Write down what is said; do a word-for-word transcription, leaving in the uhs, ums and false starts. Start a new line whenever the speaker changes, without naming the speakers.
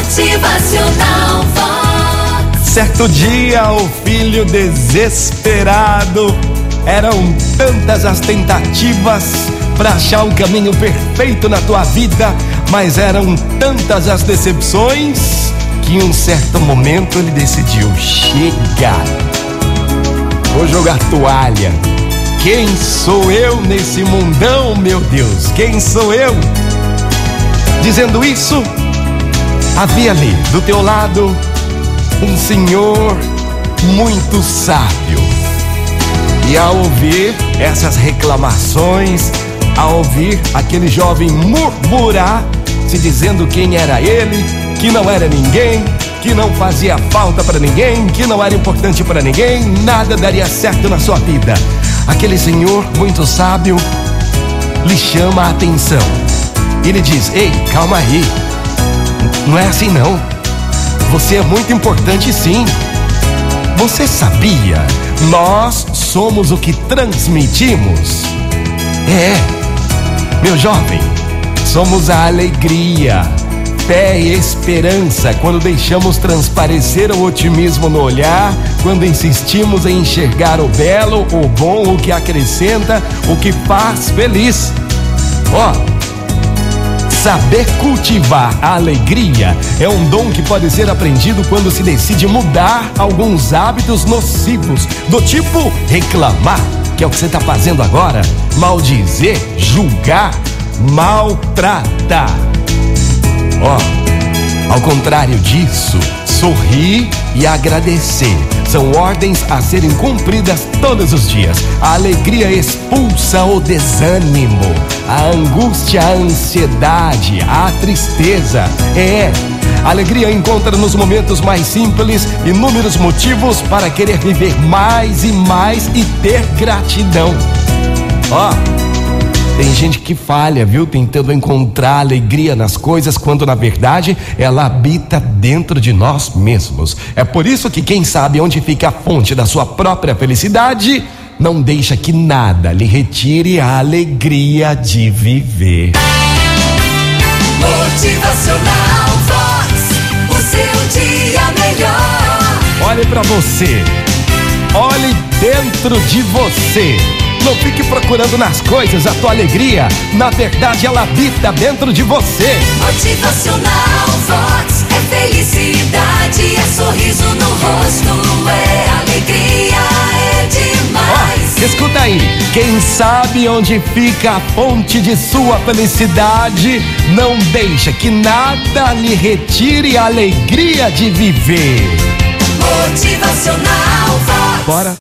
Motivacional Vox.
Certo dia, o filho desesperado. Eram tantas as tentativas para achar o caminho perfeito na tua vida, mas eram tantas as decepções que em um certo momento ele decidiu: chega, vou jogar toalha. Quem sou eu nesse mundão, meu Deus? Quem sou eu? Dizendo isso, havia ali do teu lado um senhor muito sábio. E ao ouvir essas reclamações, ao ouvir aquele jovem murmurar, se dizendo quem era ele, que não era ninguém, que não fazia falta para ninguém, que não era importante para ninguém, nada daria certo na sua vida, aquele senhor muito sábio lhe chama a atenção. Ele diz: ei, calma aí, não é assim não. Você é muito importante sim. Você sabia? Nós somos o que transmitimos. É, meu jovem, somos a alegria, fé e esperança quando deixamos transparecer o otimismo no olhar, quando insistimos em enxergar o belo, o bom, o que acrescenta, o que faz feliz. Ó, saber cultivar a alegria é um dom que pode ser aprendido quando se decide mudar alguns hábitos nocivos, do tipo reclamar, que é o que você está fazendo agora, maldizer, julgar, maltratar. Ó, ao contrário disso, sorrir e agradecer são ordens a serem cumpridas todos os dias. A alegria expulsa o desânimo, a angústia, a ansiedade, a tristeza. É, a alegria encontra nos momentos mais simples inúmeros motivos para querer viver mais e mais e ter gratidão. Ó, tem gente que falha, viu? Tentando encontrar alegria nas coisas, quando na verdade ela habita dentro de nós mesmos. É por isso que quem sabe onde fica a fonte da sua própria felicidade, não deixa que nada lhe retire a alegria de viver.
Motivacional Vox, o seu dia melhor.
Olhe pra você, olhe dentro de você. Não fique procurando nas coisas a tua alegria. Na verdade, ela habita dentro de você.
Motivacional Vox é felicidade, é sorriso no rosto, é alegria, é demais.
Oh, escuta aí, quem sabe onde fica a fonte de sua felicidade, não deixa que nada lhe retire a alegria de viver.
Motivacional Vox.
Bora.